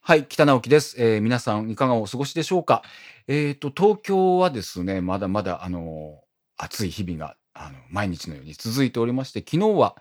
はい、北直樹です。皆さんいかがお過ごしでしょうか。東京はですね、まだまだ暑い日々が毎日のように続いておりまして、昨日は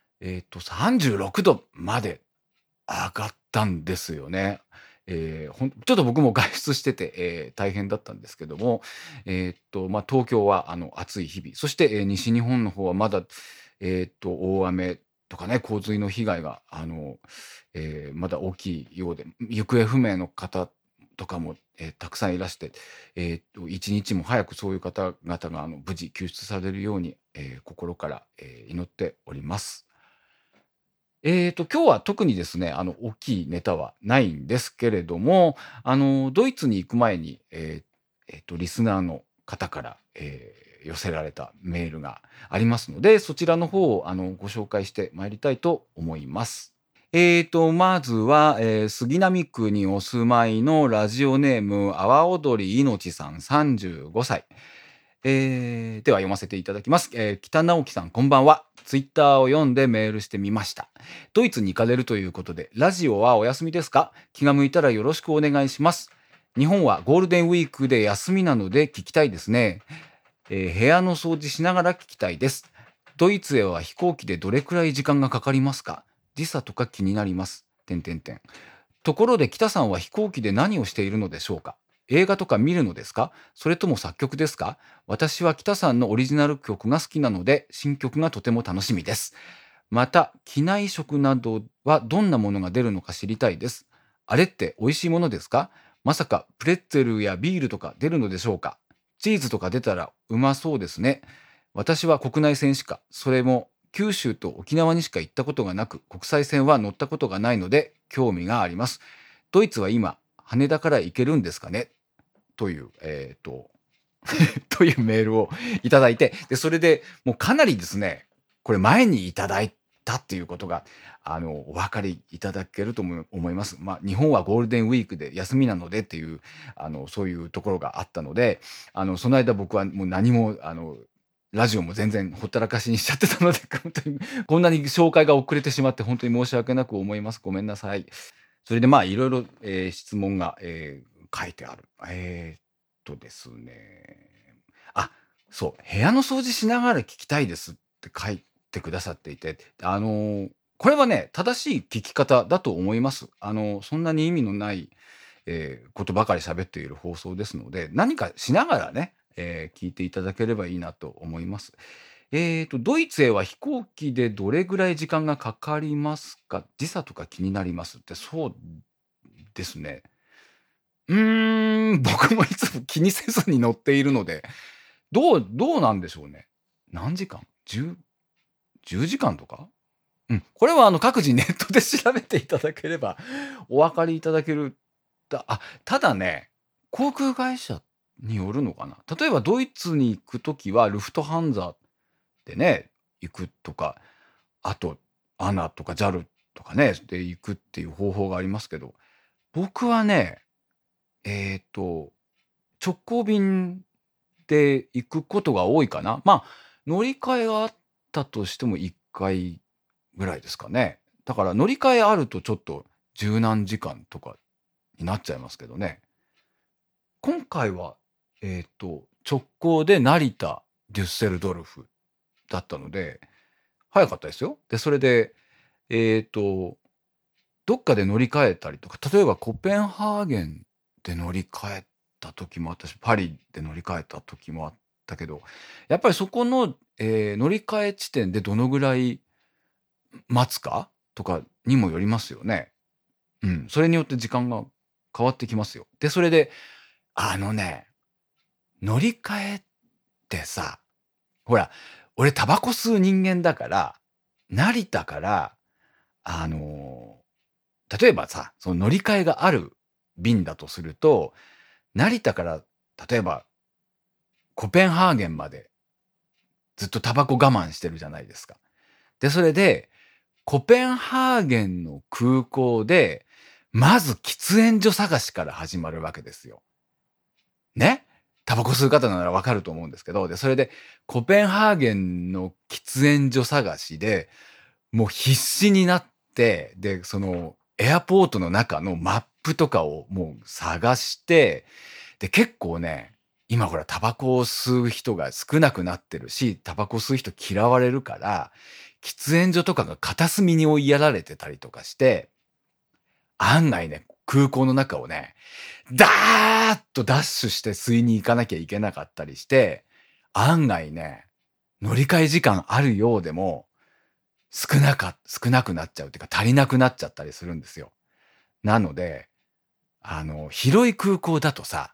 36度まで上がったんですよね。ちょっと僕も外出してて、大変だったんですけども、東京は暑い日々、そして、西日本の方はまだ、大雨とかね、洪水の被害がまだ大きいようで、行方不明の方とかも、たくさんいらして、一日も早くそういう方々が無事救出されるように、心から、祈っております。今日は特にですね、大きいネタはないんですけれども、ドイツに行く前に、リスナーの方から、寄せられたメールがありますので、そちらの方を、ご紹介してまいりたいと思います。まずは、杉並区にお住まいのラジオネーム、阿波踊りいのちさん35歳。では読ませていただきます。北直樹さんこんばんは。ツイッターを読んでメールしてみました。ドイツに行かれるということで、ラジオはお休みですか？気が向いたらよろしくお願いします。日本はゴールデンウィークで休みなので聞きたいですね。部屋の掃除しながら聞きたいです。ドイツへは飛行機でどれくらい時間がかかりますか？時差とか気になります。てんてんてん。ところで北さんは飛行機で何をしているのでしょうか？映画とか見るのですか？それとも作曲ですか？私は北さんのオリジナル曲が好きなので、新曲がとても楽しみです。また、機内食などはどんなものが出るのか知りたいです。あれって美味しいものですか？まさかプレッツェルやビールとか出るのでしょうか？チーズとか出たらうまそうですね。私は国内線しか、それも九州と沖縄にしか行ったことがなく、国際線は乗ったことがないので興味があります。ドイツは今、羽田から行けるんですかね？という、というメールをいただいて、で、それでもうかなりですね、これ前にいただいたっていうことが、お分かりいただけると思います。まあ、日本はゴールデンウィークで休みなのでっていう、そういうところがあったので、その間僕はもう何も、ラジオも全然ほったらかしにしちゃってたので、本当にこんなに紹介が遅れてしまって本当に申し訳なく思います。ごめんなさい。それでまあいろいろ、質問が、書いてある。ですね。あ、そう、部屋の掃除しながら聞きたいですって書いてくださっていて、これはね、正しい聞き方だと思います。そんなに意味のない、ことばかり喋っている放送ですので、何かしながらね、聞いていただければいいなと思います。ドイツへは飛行機でどれぐらい時間がかかりますか？時差とか気になりますって、そうですね。僕もいつも気にせずに乗っているので、どうなんでしょうね。何時間？10時間とか？うん、これは各自ネットで調べていただければお分かりいただける。ただね、航空会社によるのかな。例えばドイツに行くときはルフトハンザでね、行くとか、あと、アナとか JAL とかね、で行くっていう方法がありますけど、僕はね、えっと、直行便で行くことが多いかな。まあ、乗り換えがあったとしても1回ぐらいですかね。だから乗り換えあるとちょっと十何時間とかになっちゃいますけどね。今回は、直行で成田、デュッセルドルフだったので、早かったですよ。で、それで、えっと、どっかで乗り換えたりとか、例えばコペンハーゲンで乗り換えた時もあったし、パリで乗り換えた時もあったけど、やっぱりそこの、乗り換え地点でどのぐらい待つかとかにもよりますよね。うん、それによって時間が変わってきますよ。で、それで、あのね、乗り換えってさ、ほら、俺タバコ吸う人間だから、成田から、あの、例えばさ、その乗り換えがある便だとすると、成田から例えばコペンハーゲンまでずっとタバコ我慢してるじゃないですか。で、それで、コペンハーゲンの空港で、まず喫煙所探しから始まるわけですよ。ね。タバコ吸う方ならわかると思うんですけど、で、それで、コペンハーゲンの喫煙所探しで、もう必死になって、で、その、 エアポートの中のマップとかをもう探して、で、結構ね、今ほらタバコを吸う人が少なくなってるし、タバコ吸う人嫌われるから、喫煙所とかが片隅に追いやられてたりとかして、案外ね、空港の中をね、ダーッとダッシュして吸いに行かなきゃいけなかったりして、案外ね、乗り換え時間あるようでも、少なくなっちゃうっていうか、足りなくなっちゃったりするんですよ。なので、広い空港だとさ、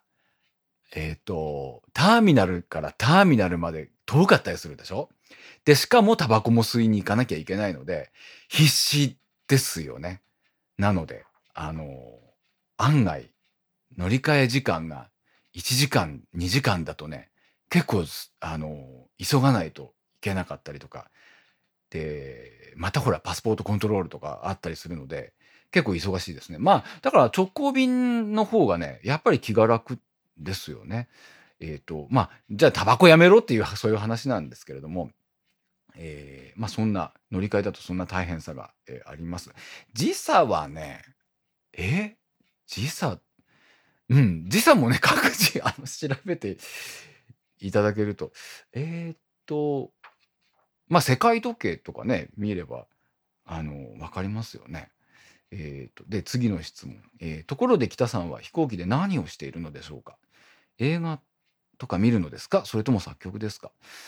ターミナルからターミナルまで遠かったりするでしょ？で、しかもタバコも吸いに行かなきゃいけないので、必死ですよね。なので、あの、案外、乗り換え時間が1時間、2時間だとね、結構急がないといけなかったりとか、で、またほら、パスポートコントロールとかあったりするので、結構忙しいですね。まあ、だから直行便の方がね、やっぱり気が楽ですよね。まあ、じゃあタバコやめろっていう、そういう話なんですけれども、まあそんな、乗り換えだとそんな大変さが、あります。時差はね、え時差、時差もね、各自、調べていただけると、えーっと、まあ世界時計とかね、見れば、わかりますよね。で、次の質問。ところで北さんは飛行機で何をしているのでしょうか？映画とか見るのですか？それとも作曲ですか？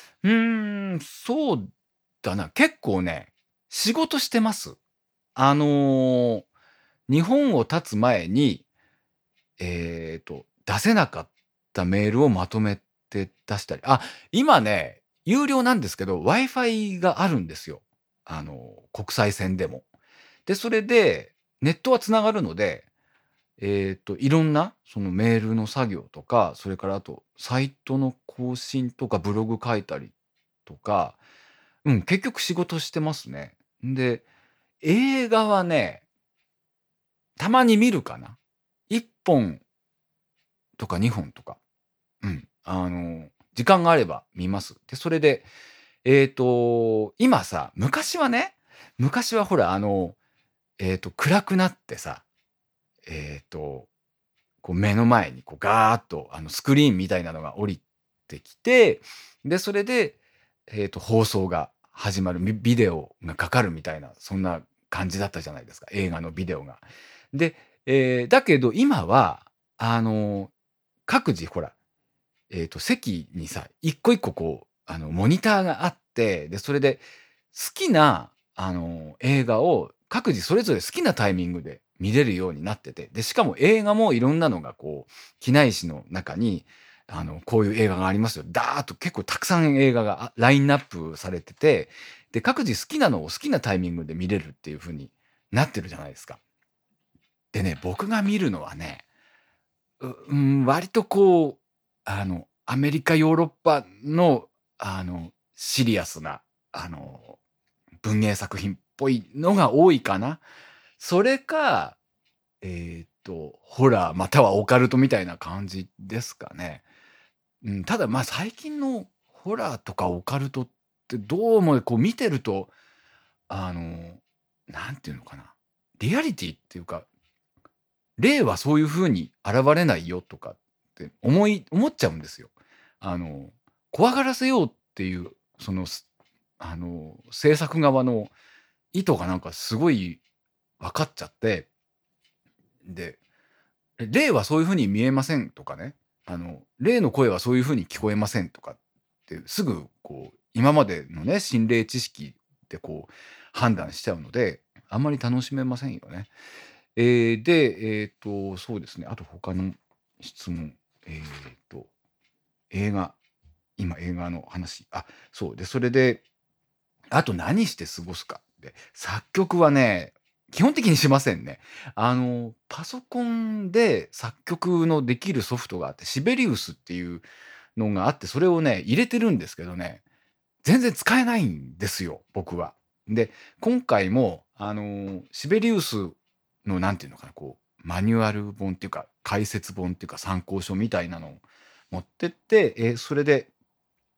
そうだな。結構ね、仕事してます。あの、日本を立つ前に、出せなかったメールをまとめて出したり、今ね、有料なんですけど、Wi-Fi があるんですよ。国際線でも。で、それで、ネットは繋がるので、いろんなそのメールの作業とか、それからあとサイトの更新とかブログ書いたりとか、結局仕事してますね。んで、映画はね、たまに見るかな。1本とか2本とか。時間があれば見ます。で、それで、今さ、昔はほら、暗くなってさ、えっと、こう目の前にこうガーッとスクリーンみたいなのが降りてきて、で、それで、放送が始まる、ビデオがかかるみたいな、そんな感じだったじゃないですか、映画のビデオが。で、だけど今は、各自ほら、席にさ、一個一個こう、モニターがあって、で、それで好きな、映画を各自それぞれ好きなタイミングで見れるようになってて、で、しかも映画もいろんなのがこう、機内誌の中に、こういう映画がありますよ。ダーッと結構たくさん映画がラインナップされてて、で、各自好きなのを好きなタイミングで見れるっていう風になってるじゃないですか。でね、僕が見るのはね、割とこう、アメリカ、ヨーロッパの、シリアスな、あの、文芸作品っぽいのが多いかな。それか、ホラーまたはオカルトみたいな感じですかね。ただ、最近のホラーとかオカルトってどうもこう見てると、あの、なんていうのかな、リアリティっていうか、霊はそういう風に現れないよとかって思っちゃうんですよ。あの、怖がらせようっていう、その、制作側の意図がなんかすごい分かっちゃって、で、霊はそういう風に見えませんとかね、霊の声はそういう風に聞こえませんとかってすぐこう、今までのね、心霊知識でこう判断しちゃうので、あんまり楽しめませんよね。で、そうですね、あと他の質問。えっと、映画、今映画の話。そう。で、それで、あと何して過ごすか。で、作曲はね、基本的にしませんね。パソコンで作曲のできるソフトがあって、シベリウスっていうのがあって、それをね、入れてるんですけどね、全然使えないんですよ、僕は。で、今回も、シベリウスのなんていうのかな、こう、マニュアル本っていうか、解説本っていうか、参考書みたいなのを持ってって、それで、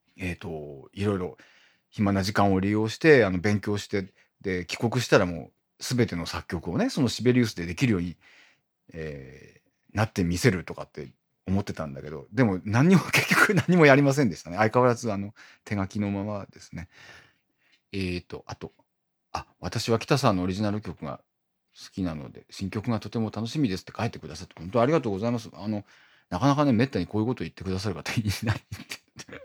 いろいろ暇な時間を利用して、勉強して、で、帰国したらもう全ての作曲をね、そのシベリウスでできるように、なってみせるとかって思ってたんだけど、でも何にも結局何もやりませんでしたね。相変わらず手書きのままですね。あと、私は北さんのオリジナル曲が好きなので、新曲がとても楽しみですって書いてくださって、本当ありがとうございます。なかなかね、めったにこういうこと言ってくださる方いないんで。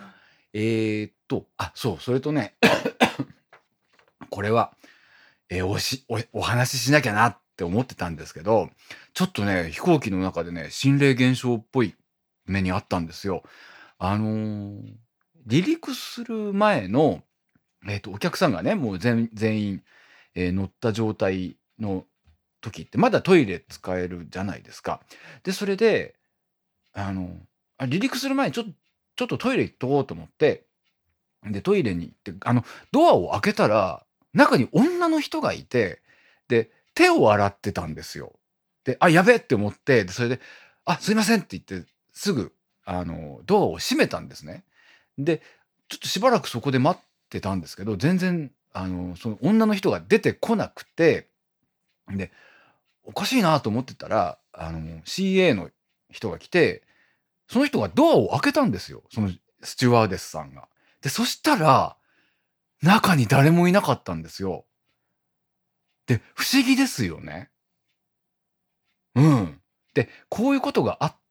そう、それとね、これは、お話ししなきゃなって思ってたんですけど、ちょっとね、飛行機の中でね、心霊現象っぽい目にあったんですよ。あの、離陸する前の、お客さんがね、もう全員、乗った状態の時って、まだトイレ使えるじゃないですか。で、それで、あの、離陸する前にちょっとトイレ行っとこうと思って、で、トイレに行って、ドアを開けたら、中に女の人がいて、で、手を洗ってたんですよ。で、やべえって思って、で、それで、すいませんって言って、すぐ、ドアを閉めたんですね。で、ちょっとしばらくそこで待ってたんですけど、全然、その女の人が出てこなくて、で、おかしいなと思ってたら、CA の人が来て、その人がドアを開けたんですよ。そのスチュワーデスさんが。で、そしたら、中に誰もいなかったんですよ。で、不思議ですよね。うん。で、こういうことがあって、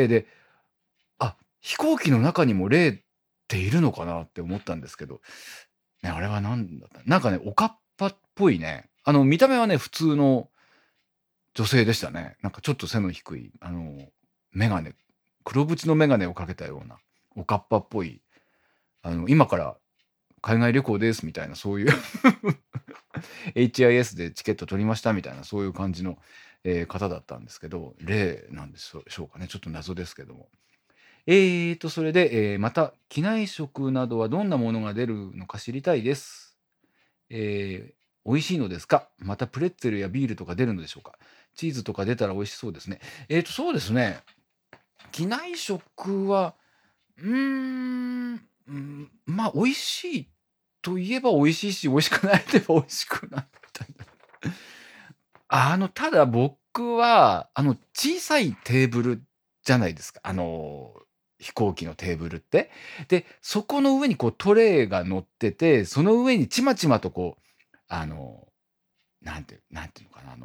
で、飛行機の中にも霊っているのかなって思ったんですけど、ね、あれは何だったなんかね、おかっぱっぽいね、見た目はね、普通の女性でしたね。なんかちょっと背の低い、メガネ、黒縁のメガネをかけたような、おかっぱっぽい、今から海外旅行ですみたいな、そういうHIS でチケット取りましたみたいな、そういう感じの、方だったんですけど、例なんでしょうかね。ちょっと謎ですけども。それで、また、機内食などはどんなものが出るのか知りたいです。美味しいのですか？またプレッツェルやビールとか出るのでしょうか？チーズとか出たら美味しそうですね。そうですね。機内食は、まあ、美味しいといえば美味しいし、美味しくないといえば美味しくないみたいな。ただ僕は、小さいテーブルじゃないですか。飛行機のテーブルって。で、そこの上にこうトレイが乗ってて、その上にちまちまとこう、なんていうのかな、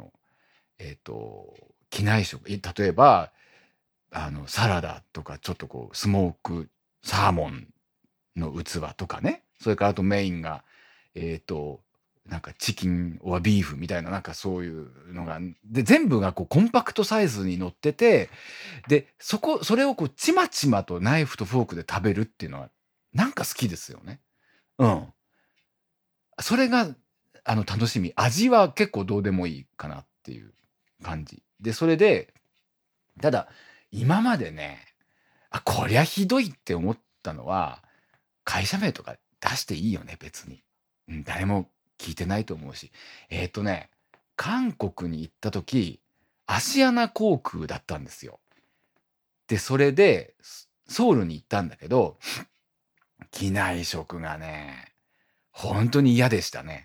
機内食、例えば、サラダとか、ちょっとこう、スモークサーモンの器とかね。それからあとメインが、えっと、なんかチキンオアビーフみたいな、なんかそういうのが、で、全部がこうコンパクトサイズに乗ってて、で、それをこうちまちまとナイフとフォークで食べるっていうのは、なんか好きですよね。うん。それが、楽しみ。味は結構どうでもいいかなっていう感じ。で、それで、ただ、今までね、こりゃひどいって思ったのは、会社名とか出していいよね、別に。うん、誰も聞いてないと思うし。韓国に行った時、アシアナ航空だったんですよ。で、それで、ソウルに行ったんだけど、機内食がね、ほんとに嫌でしたね。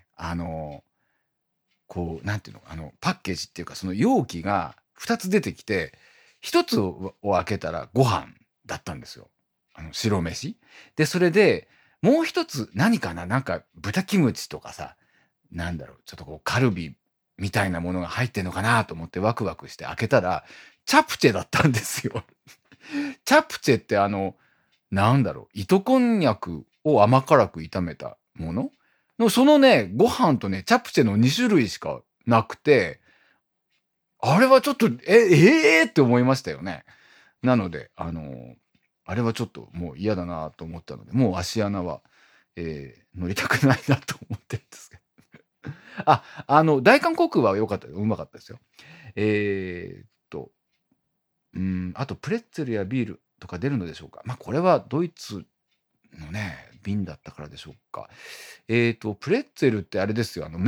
こう、なんていうの、パッケージっていうか、その容器が2つ出てきて、1つを開けたらご飯だったんですよ。白飯。で、それで、もう1つ何かな、なんか豚キムチとかさ、なんだろう、ちょっとこうカルビみたいなものが入ってんのかなと思ってワクワクして開けたら、チャプチェだったんですよ。チャプチェってなんだろう、糸こんにゃくを甘辛く炒めたものの、そのね、ご飯とね、チャプチェの2種類しかなくて、あれはちょっと、って思いましたよね。なので、あれはちょっともう嫌だなと思ったので、もう足穴は、乗りたくないなと思ってるんですけど。大韓航空は良かったうまかったですよ。えーっと、あとプレッツェルやビールとか出るのでしょうか？これはドイツのね、瓶だったからでしょうか。プレッツェルってあれですよ、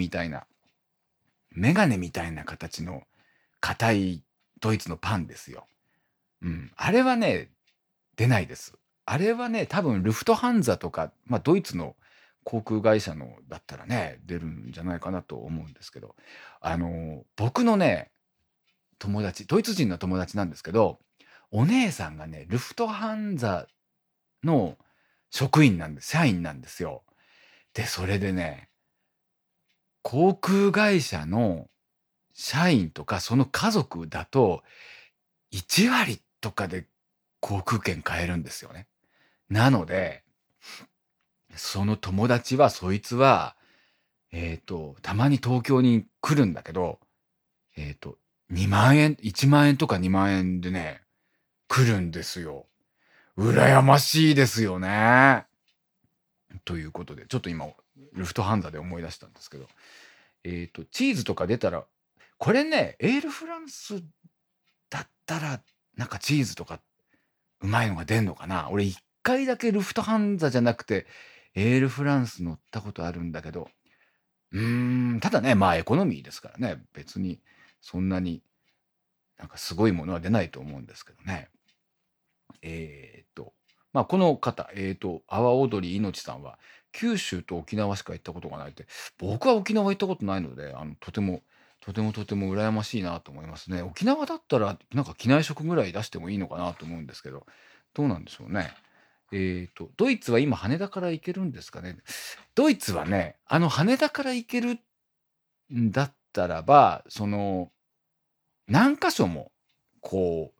メガネみたいな形の硬いドイツのパンですよ。うん。あれはね、出ないです。あれはね、多分ルフトハンザとか、ドイツの航空会社のだったらね、出るんじゃないかなと思うんですけど、僕のね、友達、ドイツ人の友達なんですけど、お姉さんがね、ルフトハンザの職員なんです社員なんですよ。で、それでね、航空会社の社員とか、その家族だと、1割とかで航空券買えるんですよね。なので、その友達は、そいつは、たまに東京に来るんだけど、えっと、2万円、1万円とか2万円でね、来るんですよ。羨ましいですよね。ということで、ちょっと今、ルフトハンザで思い出したんですけど、チーズとか出たら、これね、エールフランスだったら、なんかチーズとかうまいのが出んのかな。俺1回だけルフトハンザじゃなくて、エールフランス乗ったことあるんだけど、ただね、まあエコノミーですからね、別にそんなになんかすごいものは出ないと思うんですけどね。えっと、まあこの方、阿波踊りいのちさんは、九州と沖縄しか行ったことがないって、僕は沖縄行ったことないので、とても羨ましいなと思いますね。沖縄だったら、なんか機内食ぐらい出してもいいのかなと思うんですけど、どうなんでしょうね。ドイツは今羽田から行けるんですかね。ドイツはね、羽田から行けるんだったらば、何箇所も、こう、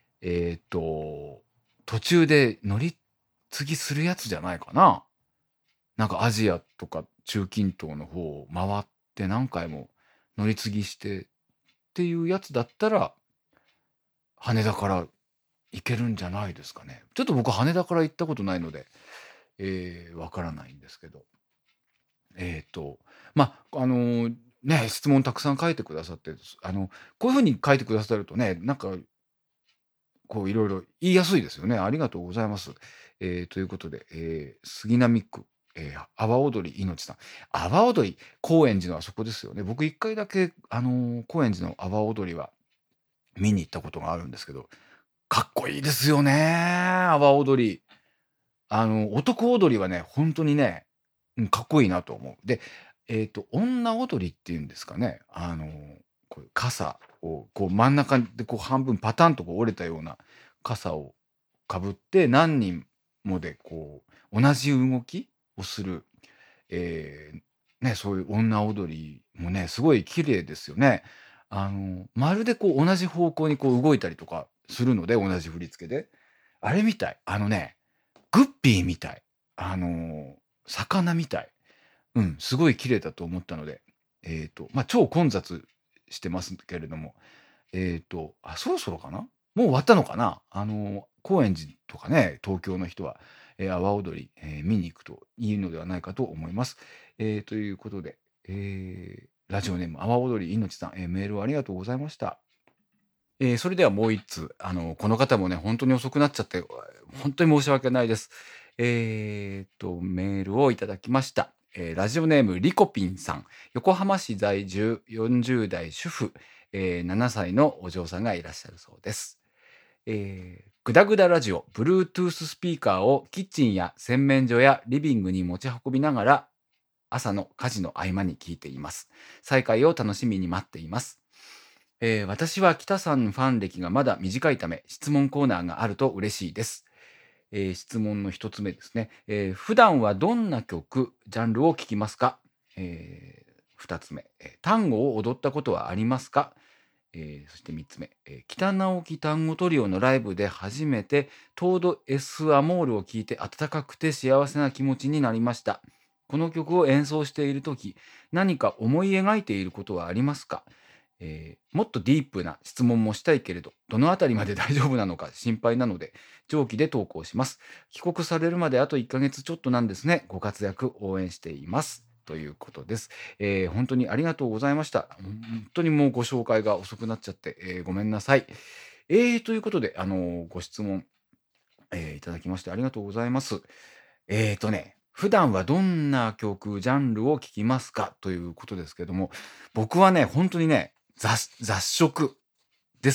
途中で乗り継ぎするやつじゃないかな。なんかアジアとか中近東の方を回って何回も乗り継ぎしてっていうやつだったら、羽田から行けるんじゃないですかね。ちょっと僕羽田から行ったことないので、わからないんですけど。えっと、ま、ね、質問たくさん書いてくださって、こういう風に書いてくださるとね、なんかこういろいろ言いやすいですよね。ありがとうございます。ということで、杉並区、阿波踊りいのちさん。阿波踊り、高円寺のあそこですよね。僕1回だけ、高円寺の阿波踊りは見に行ったことがあるんですけど、かっこいいですよね、阿波踊り。男踊りはね、ほんとにね、かっこいいなと思う。で、女踊りっていうんですかね、こういう傘をこう真ん中でこう半分パタンとこう折れたような傘をかぶって、何人もでこう同じ動きをする、ね、そういう女踊りもね、すごい綺麗ですよね。まるでこう同じ方向にこう動いたりとかするので、同じ振り付けで。あれみたい。グッピーみたい。魚みたい。すごい綺麗だと思ったので、超混雑してますけれども、そろそろかな？もう終わったのかな？高円寺とかね、東京の人は、阿波踊り、見に行くといいのではないかと思います。ということで、ラジオネーム阿波踊りいのちさん、メールをありがとうございました。それではもう一通、この方もね、本当に遅くなっちゃって、本当に申し訳ないです。メールをいただきました。ラジオネームリコピンさん。横浜市在住40代主婦、7歳のお嬢さんがいらっしゃるそうです。グダグダラジオ、Bluetooth スピーカーをキッチンや洗面所やリビングに持ち運びながら、朝の家事の合間に聞いています。再会を楽しみに待っています。私は北さんファン歴がまだ短いため、質問コーナーがあると嬉しいです。質問の一つ目ですね。普段はどんな曲、ジャンルを聴きますか？二つ目、単語を踊ったことはありますか？そして三つ目、北直樹単語トリオのライブで初めてトード・エス・アモールを聴いて温かくて幸せな気持ちになりました。この曲を演奏しているとき、何か思い描いていることはありますか？もっとディープな質問もしたいけれど、どのあたりまで大丈夫なのか心配なので、長期で投稿します。帰国されるまであと1ヶ月ちょっとなんですね。ご活躍応援しています。ということです。本当にありがとうございました。本当にもうご紹介が遅くなっちゃって、ごめんなさい。ということで、ご質問、いただきましてありがとうございます。普段はどんな曲、ジャンルを聴きますかということですけども、僕はね、本当にね、雑食です。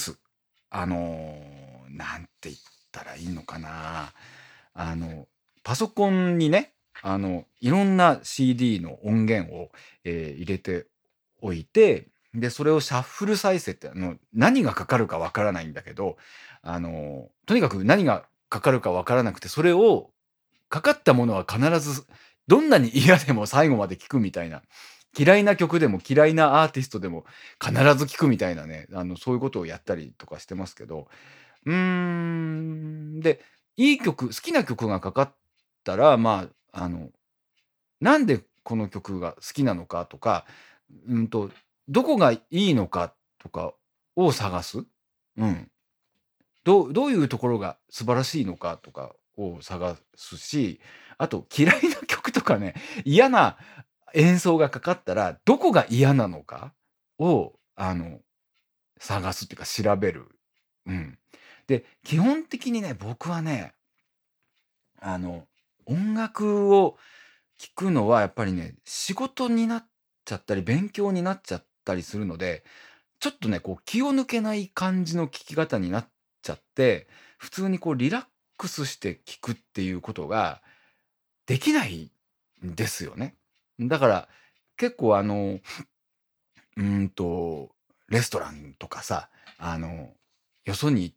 なんて言ったらいいのかな。パソコンにね、 いろんな CD の音源を、入れておいて、で、それをシャッフル再生って、何がかかるかわからないんだけど、とにかく何がかかるかわからなくて、それをかかったものは必ず、どんなに嫌でも最後まで聴くみたいな、嫌いな曲でも嫌いなアーティストでも必ず聴くみたいなね、そういうことをやったりとかしてますけど、で、いい曲好きな曲がかかったら、なんでこの曲が好きなのかとか、どこがいいのかとかを探す。うん。どういうところが素晴らしいのかとかを探すし、あと嫌いな曲とかね、嫌な演奏がかかったら、どこが嫌なのかを、探すっていうか調べる。うん。で、基本的にね、僕はね、あの、音楽を聴くのはやっぱりね、仕事になっちゃったり、勉強になっちゃったりするので、ちょっとね、こう気を抜けない感じの聴き方になっちゃって、普通にこうリラックスして聴くっていうことができないんですよね。だから結構うーんと、レストランとかさ、よそに行って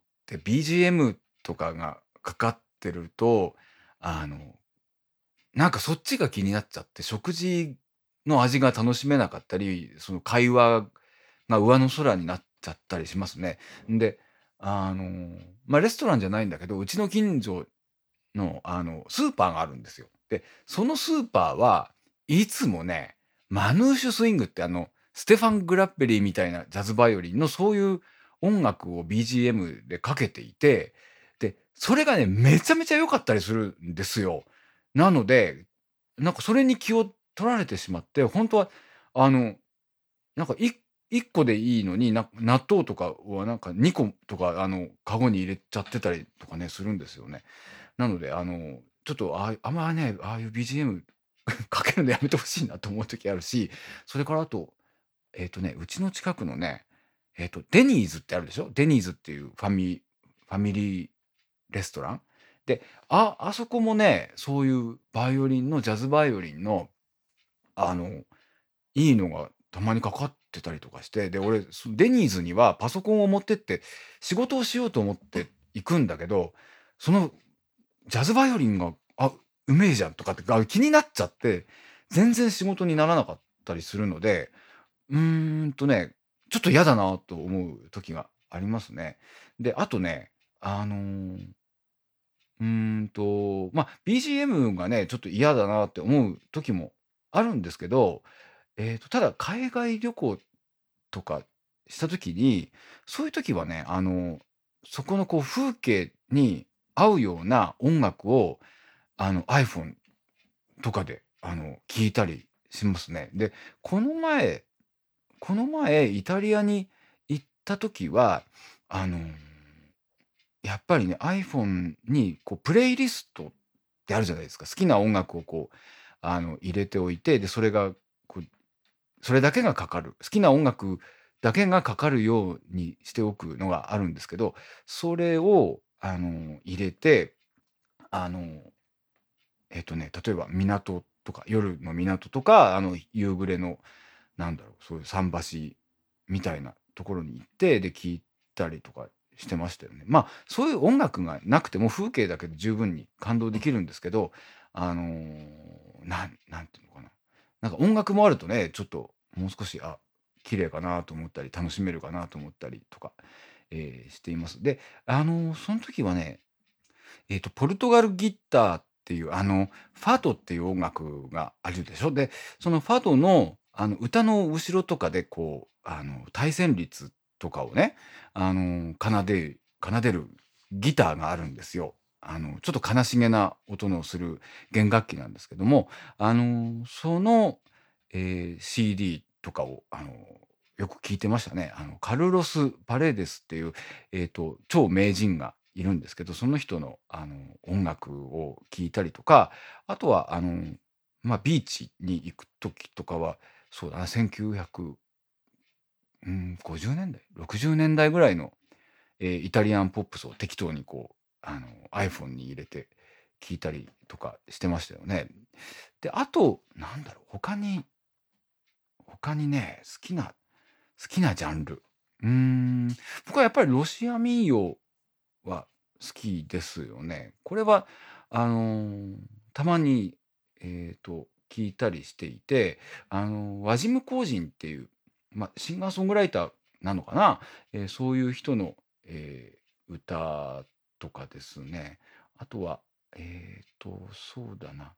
BGM とかがかかってると、あの、なんかそっちが気になっちゃって、食事の味が楽しめなかったり、その会話が上の空になっちゃったりしますね。んで、レストランじゃないんだけど、うちの近所の、スーパーがあるんですよ。で、そのスーパーはいつもね、マヌーシュスイングってステファン・グラッペリーみたいなジャズバイオリンのそういう音楽を BGM でかけていて、で、それがね、めちゃめちゃ良かったりするんですよ。なので、なんかそれに気を取られてしまって、ほんとはあの、なんか1個でいいのに、納豆とかはなんか2個とかカゴに入れちゃってたりとかね、するんですよね。なので、ちょっと、あんまね、ああいう BGM かけるのやめてほしいなと思う時あるし、それからあと、うちの近くのね、デニーズってあるでしょ？デニーズっていうファミリーレストラン。で、あそこもね、そういうバイオリンのジャズバイオリンの、あの、いいのがたまにかかってたりとかして、で、俺、デニーズにはパソコンを持ってって仕事をしようと思って行くんだけど、そのジャズバイオリンが、うめえじゃんとかって、気になっちゃって、全然仕事にならなかったりするので、ちょっと嫌だなと思う時がありますね。で、あとね、あの、BGM がね、ちょっと嫌だなって思う時もあるんですけど、ただ海外旅行とかした時に、そういう時はね、そこのこう風景に合うような音楽を、iPhone とかで、聞いたりしますね。で、この前この前イタリアに行った時は、あの、やっぱりね、iPhone にこうプレイリストってあるじゃないですか。好きな音楽をこう、入れておいて、で、それがこうそれだけがかかる。好きな音楽だけがかかるようにしておくのがあるんですけど、それを、入れて、あの、例えば港とか、夜の港とか、夕暮れの、なんだろう、そういう桟橋みたいなところに行って、で、聴いたりとかしてましたよね。そういう音楽がなくても風景だけで十分に感動できるんですけど、なんていうのかな。なんか音楽もあるとね、ちょっともう少し、綺麗かなと思ったり、楽しめるかなと思ったりとか、しています。で、その時はね、ポルトガルギターっていう、ファドっていう音楽があるでしょ。で、そのファドの、歌の後ろとかで、こう、対旋律とかをね、奏でるギターがあるんですよ。ちょっと悲しげな音のする弦楽器なんですけども、その、CD とかを、よく聞いてましたね。カルロス・パレーデスっていう、超名人がいるんですけど、その人の、音楽を聴いたりとか、あとは、ビーチに行く時とかは、そうだな、1950年代、60年代ぐらいの、イタリアンポップスを適当にこう、iPhone に入れて聴いたりとかしてましたよね。で、あと、なんだろう、他にね、好きなジャンル。うーん、僕はやっぱりロシア民謡は好きですよね。これは、あの、たまに、聞いたりしていて、ワジム・コージンっていう、シンガーソングライターなのかな、そういう人の、歌とかですね。あとは、そうだな。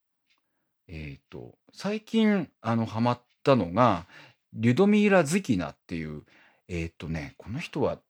最近、ハマったのが、リュドミーラ・ズキナっていう、この人は、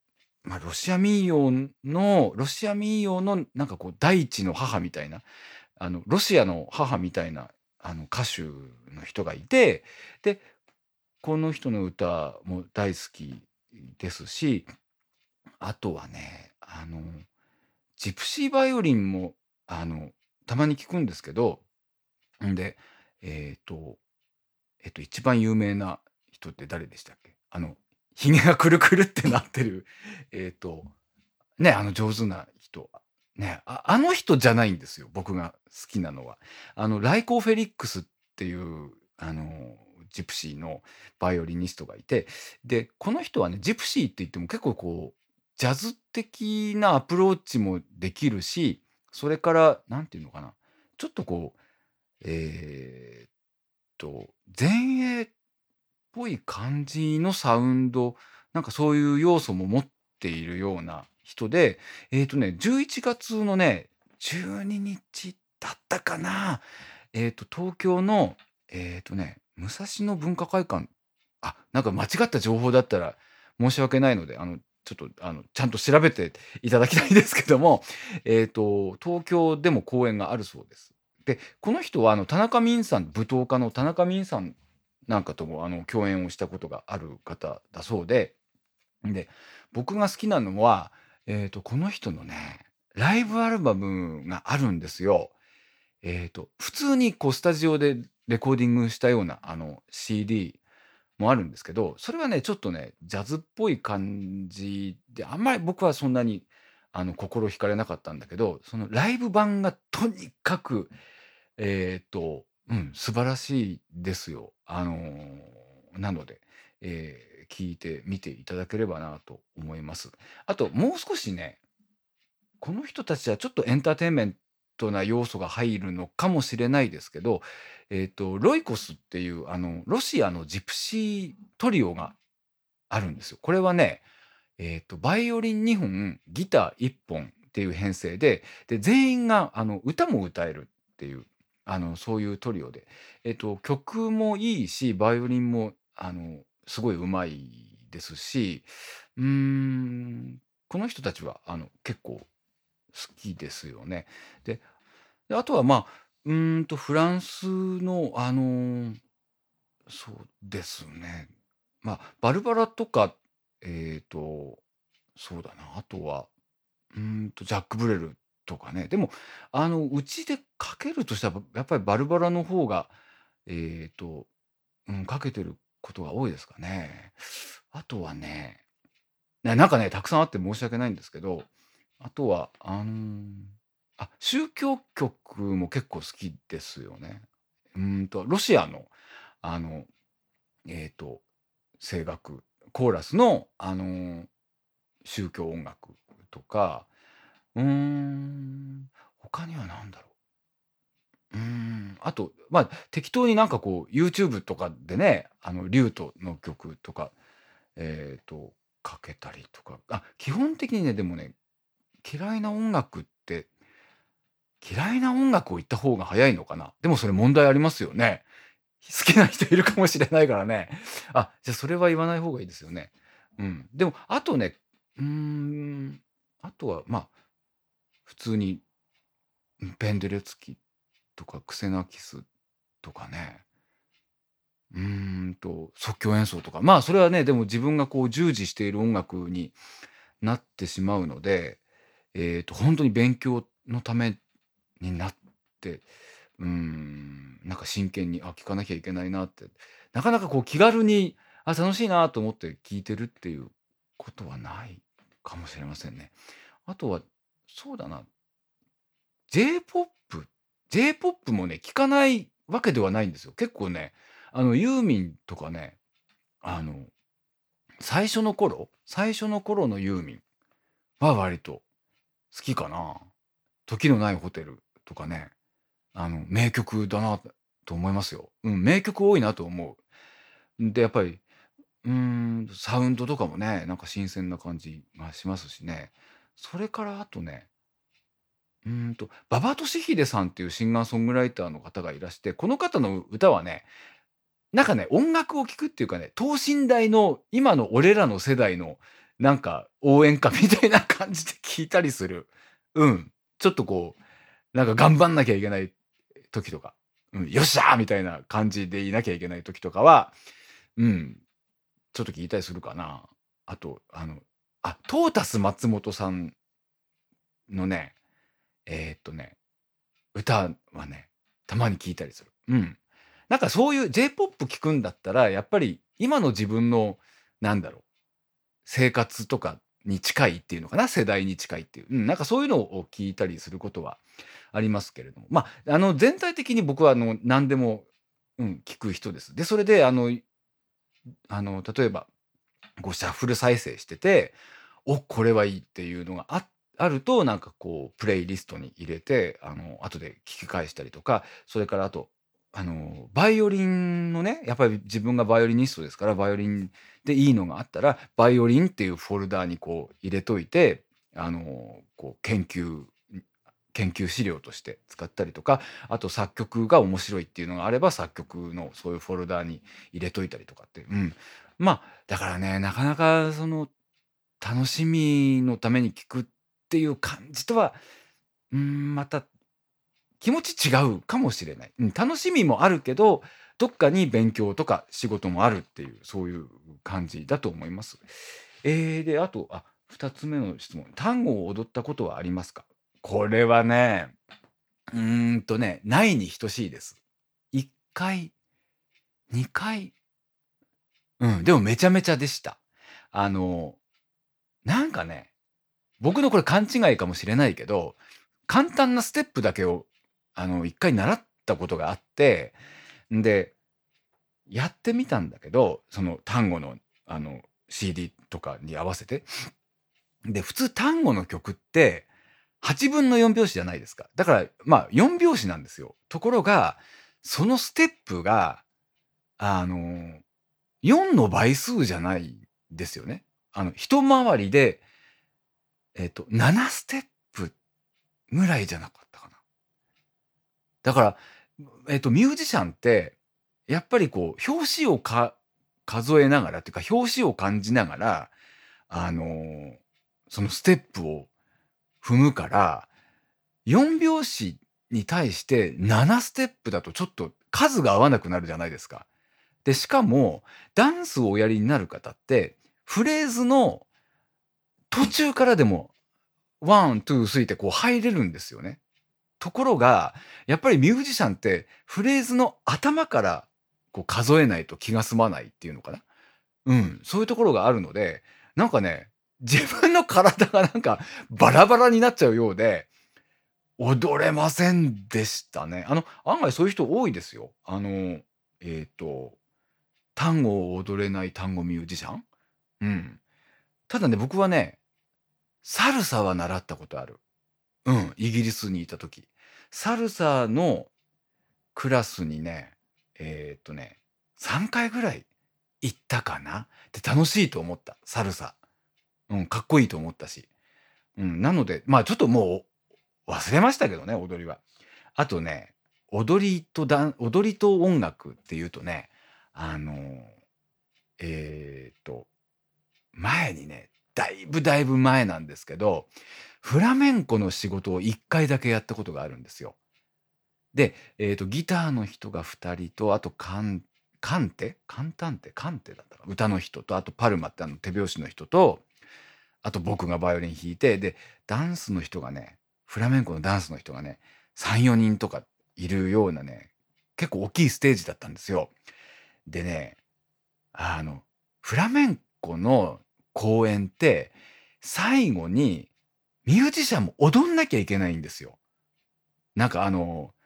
ロシア民謡のなんかこう、第一の母みたいな、ロシアの母みたいな、歌手の人がいて、で、この人の歌も大好きですし、あとはね、ジプシーバイオリンも、あの、たまに聞くんですけど、んで、えっと一番有名な人って誰でしたっけ？髭がくるくるってなってる、えっと、ね、上手な人。ね、あの人じゃないんですよ、僕が好きなのは。ライコー・フェリックスっていう、ジプシーのバイオリニストがいて、で、この人はね、ジプシーって言っても結構こう、ジャズ的なアプローチもできるし、それから、なんていうのかな、ちょっとこう、えーっ前衛っぽい感じのサウンド、なんかそういう要素も持っているような人で、11月のね、12日だったかな。東京の、武蔵野文化会館、なんか間違った情報だったら申し訳ないので、ちょっと、ちゃんと調べていただきたいんですけども、東京でも公演があるそうです。で、この人は、田中泯さん、舞踏家の田中泯さんなんかとも、共演をしたことがある方だそうで、で、僕が好きなのは、この人のね、ライブアルバムがあるんですよ。普通にこうスタジオでレコーディングしたようなCD もあるんですけど、それはね、ちょっとね、ジャズっぽい感じで、あんまり僕はそんなに心惹かれなかったんだけど、そのライブ版がとにかく、素晴らしいですよ。なので、聞いてみていただければなと思います。あともう少しね、この人たちはちょっとエンターテインメントな要素が入るのかもしれないですけど、ロイコスっていうロシアのジプシートリオがあるんですよ。これはね、バイオリン2本、ギター1本っていう編成で、全員が歌も歌えるっていう、そういうトリオで、曲もいいし、バイオリンもすごい上手いですし、うーん、この人たちは結構好きですよね。で、あとは、フランスの、そうですね、バルバラとか、えっと、そうだな、あとは、ジャック・ブレルとかね。でも、うちでかけるとしたら、やっぱりバルバラの方が、えっと、かけてることが多いですかね。あとはね、なんかね、たくさんあって申し訳ないんですけど、あとは、宗教曲も結構好きですよね。ロシアの、あの、えっと、声楽、コーラスの、宗教音楽とか、他には何だろあと、適当になんかこう、YouTube とかでね、リュートの曲とか、えっと、かけたりとか、基本的にね、でもね、嫌いな音楽って嫌いな音楽を言った方が早いのかな。でもそれ問題ありますよね。好きな人いるかもしれないからね。じゃ、それは言わない方がいいですよね。でも、あとね、うーん、あとは、普通に、ペンデレツキとかクセナキスとかね、即興演奏とか、それはね、でも自分がこう従事している音楽になってしまうので、ほんとに勉強のためになって、なんか真剣に、聴かなきゃいけないなって、なかなかこう気軽に、楽しいなと思って聴いてるっていうことはないかもしれませんね。あとは、そうだな、J-POP J-POP もね、聞かないわけではないんですよ。結構ね、ユーミンとかね、あの、最初の頃のユーミンは割と好きかな。時のないホテルとかね、名曲だなと思いますよ。うん、名曲多いなと思う。で、やっぱり、サウンドとかもね、なんか新鮮な感じがしますしね。それからあとね、馬場俊英さんっていうシンガーソングライターの方がいらして、この方の歌はね、なんかね、音楽を聴くっていうかね、等身大の今の俺らの世代のなんか応援歌みたいな感じで聴いたりする。うん。ちょっとこう、なんか頑張んなきゃいけない時とか、よっしゃーみたいな感じでいなきゃいけない時とかは、うん、ちょっと聞いたりするかな。あと、トータス松本さんのね、えーっとね、歌はね、たまに聞いたりする。うん。なんかそういう J-POP 聞くんだったら、やっぱり今の自分の、なんだろう、生活とかに近いっていうのかな、世代に近いっていう。なんかそういうのを聞いたりすることはありますけれども。全体的に僕は何でも、聞く人です。で、それで例えば、こうシャッフル再生してて、これはいいっていうのがあると、なんかこうプレイリストに入れて、後で聞き返したりとか、それからあと、バイオリンのね、やっぱり自分がバイオリニストですから、バイオリンでいいのがあったら、バイオリンっていうフォルダーにこう入れといて、こう研究資料として使ったりとか、あと作曲が面白いっていうのがあれば、作曲のそういうフォルダーに入れといたりとかって、だからね、なかなかその楽しみのために聞くっていう感じとは、また気持ち違うかもしれない。楽しみもあるけど、どっかに勉強とか仕事もあるっていう、そういう感じだと思います。で、あと、2つ目の質問。単語を踊ったことはありますか？これはね、ないに等しいです。1回、2回、でもめちゃめちゃでした。あの、なんかね、僕のこれ勘違いかもしれないけど、簡単なステップだけを、1回習ったことがあって、んで、やってみたんだけど、その単語の、CD とかに合わせて。で、普通単語の曲って、8分の4拍子じゃないですか。だから、4拍子なんですよ。ところが、そのステップが、あの、4の倍数じゃないんですよね。一回りで、7ステップぐらいじゃなかったかな。だから、ミュージシャンって、やっぱりこう、拍子を数えながらっていうか、拍子を感じながら、あの、そのステップを踏むから、4拍子に対して7ステップだとちょっと数が合わなくなるじゃないですか。で、しかも、ダンスをおやりになる方って、フレーズの途中からでも、ワン、ツー、スリーってこう入れるんですよね。ところが、やっぱりミュージシャンってフレーズの頭からこう数えないと気が済まないっていうのかな。そういうところがあるので、なんかね、自分の体がなんかバラバラになっちゃうようで、踊れませんでしたね。案外そういう人多いですよ。えっと、単語を踊れない単語ミュージシャン。うん。ただね、僕はね、サルサは習ったことある。イギリスにいた時。サルサのクラスにね、3回ぐらい行ったかな。で、楽しいと思った、サルサ。かっこいいと思ったし。なので、ちょっともう忘れましたけどね、踊りは。あとね、踊りと音楽っていうとね、あの、えっと、前にね、だいぶ前なんですけど、フラメンコの仕事を1回だけやったことがあるんですよ。で、ギターの人が2人と、あとカンテだったかな、歌の人と、あとパルマって手拍子の人と、あと僕がバイオリン弾いて、で、ダンスの人がね、フラメンコのダンスの人がね、3、4人とかいるようなね、結構大きいステージだったんですよ。でね、あの、フラメンコの公演って、最後にミュージシャンも踊んなきゃいけないんですよ。なんか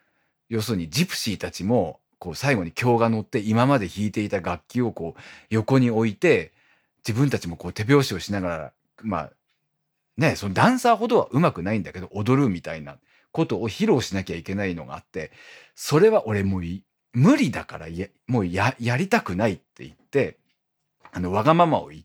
要するにジプシーたちも、こう最後に経が乗って今まで弾いていた楽器をこう横に置いて、自分たちもこう手拍子をしながら、まあ、ね、そのダンサーほどは上手くないんだけど、踊るみたいなことを披露しなきゃいけないのがあって、それは俺もう無理だから、もうやりたくないって言って、わがままを言って、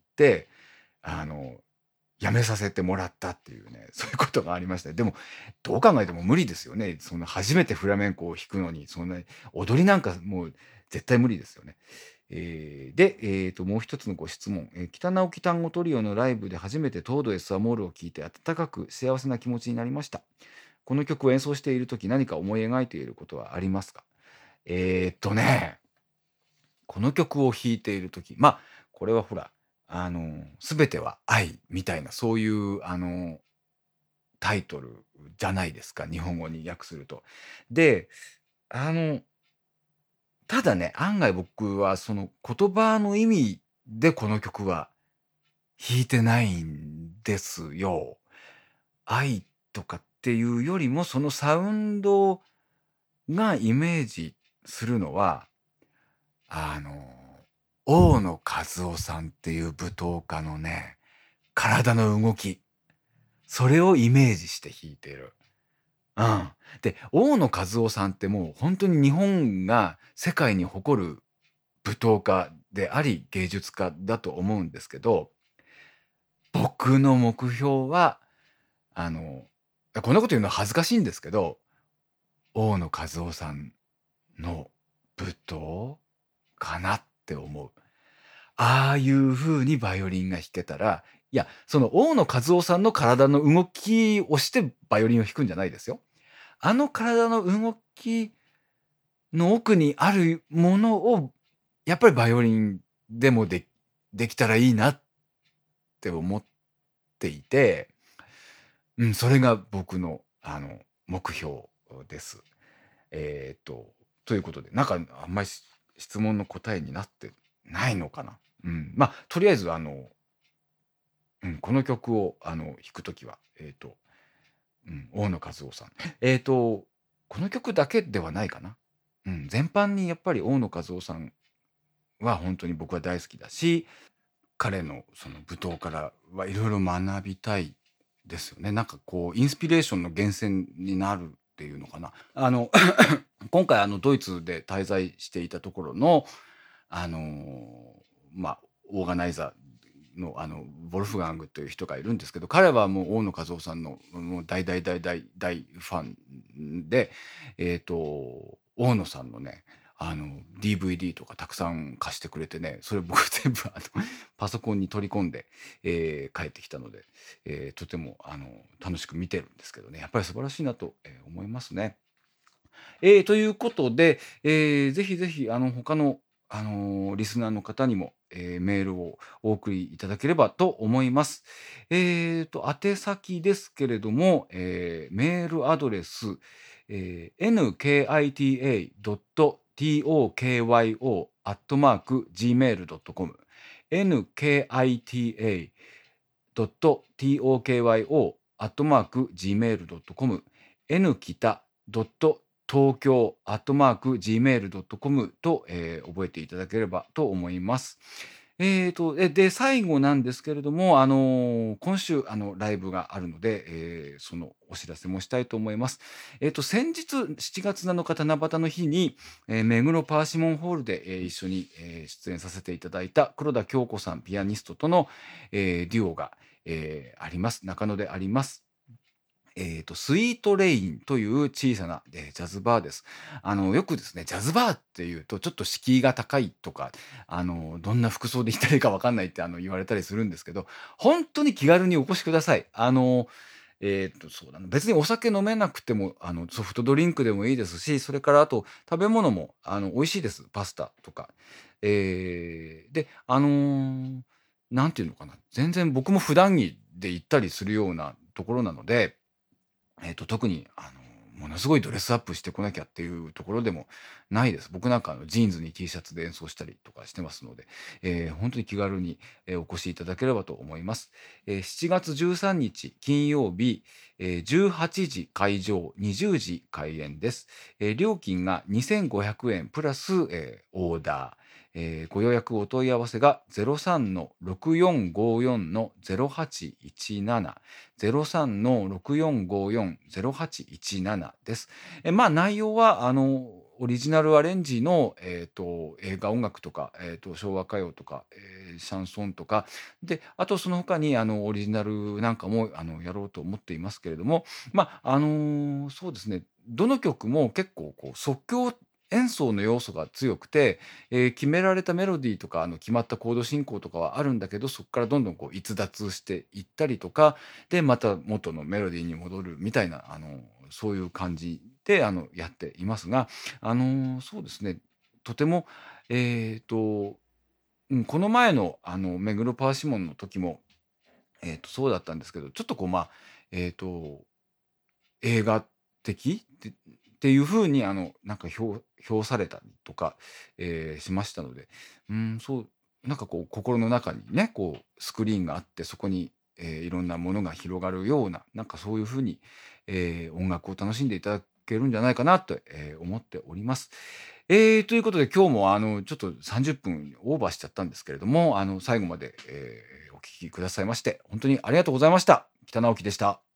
あの、辞めさせてもらったっていうね、そういうことがありましたね。でも、どう考えても無理ですよね。その初めてフラメンコを弾くのに、そんな踊りなんかもう絶対無理ですよね。で、もう一つのご質問。北直樹単語トリオのライブで初めてトードエスアモールを聴いて温かく幸せな気持ちになりました。この曲を演奏しているとき何か思い描いていることはありますか？ね、この曲を弾いているとき、まあ、これはほら、すべては愛みたいな、そういう、タイトルじゃないですか、日本語に訳すると。で、あの、ただね、案外僕はその言葉の意味でこの曲は弾いてないんですよ。愛とかっていうよりも、そのサウンドがイメージするのは、あの、大野一夫さんっていう舞踏家のね、体の動き、それをイメージして弾いてる。うん。で、大野一夫さんってもう本当に日本が世界に誇る舞踏家であり、芸術家だと思うんですけど、僕の目標は、あの、こんなこと言うのは恥ずかしいんですけど、大野一夫さんの舞踏かなって思う。ああいう風にバイオリンが弾けたら、いや、その大野一夫さんの体の動きをしてバイオリンを弾くんじゃないですよ。あの体の動きの奥にあるものを、やっぱりバイオリンでもできたらいいなって思っていて、うん、それが僕の目標です。えっと、ということで、なんかあんまり質問の答えになってないのかな。うん、ま、とりあえずうん、この曲を弾くときは、うん、大野一夫さん。この曲だけではないかな。うん、全般にやっぱり大野一夫さんは本当に僕は大好きだし、彼のその舞踏からはいろいろ学びたいですよね。なんかこうインスピレーションの源泉になるっていうのかな。今回ドイツで滞在していたところの、あの、まあ、オーガナイザーのボルフガングという人がいるんですけど、彼はもう大野一夫さんのもう大大大大大ファンで、大野さんのね、DVD とかたくさん貸してくれてね、それ僕全部パソコンに取り込んで、帰ってきたので、とても楽しく見てるんですけどね、やっぱり素晴らしいなと、思いますね。ということで、ぜひぜひ他のリスナーの方にも、メールをお送りいただければと思います。宛先ですけれども、メールアドレス、nkita.tokyo@gmail.com nkita.tokyo@gmail.com n 北 .tokyo@gmail.com と、覚えていただければと思います。で、最後なんですけれども、今週、ライブがあるので、そのお知らせもしたいと思います。先日、7月7日七夕の日に、目黒パーシモンホールで、一緒に、出演させていただいた黒田京子さん、ピアニストとの、デュオが、あります。中野であります。スイートレインという小さな、ジャズバーです。よくですね、ジャズバーっていうとちょっと敷居が高いとか、どんな服装で行ったらいいかわかんないって言われたりするんですけど、本当に気軽にお越しください。そうだな、別にお酒飲めなくても、ソフトドリンクでもいいですし、それからあと食べ物も、美味しいです。パスタとか。で、なんていうのかな、全然僕も普段着で行ったりするようなところなので、特にものすごいドレスアップしてこなきゃっていうところでもないです。僕なんかジーンズに T シャツで演奏したりとかしてますので、本当に気軽に、お越しいただければと思います。7月13日金曜日、18時会場、20時開演です。料金が2500円プラス、オーダー。ご予約お問い合わせが03-6454-0817 03-6454-0817です。まあ、内容は、オリジナルアレンジの、映画音楽とか、昭和歌謡とか、シャンソンとか、で、あとその他に、オリジナルなんかも、やろうと思っていますけれども、まあ、そうですね、どの曲も結構こう即興演奏の要素が強くて、決められたメロディーとか、決まったコード進行とかはあるんだけど、そこからどんどんこう逸脱していったりとか、で、また元のメロディーに戻るみたいな、そういう感じで、やっていますが、そうですね、とても、えっと、この前の、目黒パーシモンの時も、そうだったんですけど、ちょっとこう、まあ、えっと映画的っていう風になんか評されたりとか、しましたので、そう、なんかこう心の中にね、こうスクリーンがあって、そこに、いろんなものが広がるような、なんかそういう風に、音楽を楽しんでいただけるんじゃないかなと、思っております。ということで今日もちょっと30分オーバーしちゃったんですけれども、最後まで、お聞きくださいまして、本当にありがとうございました。北直樹でした。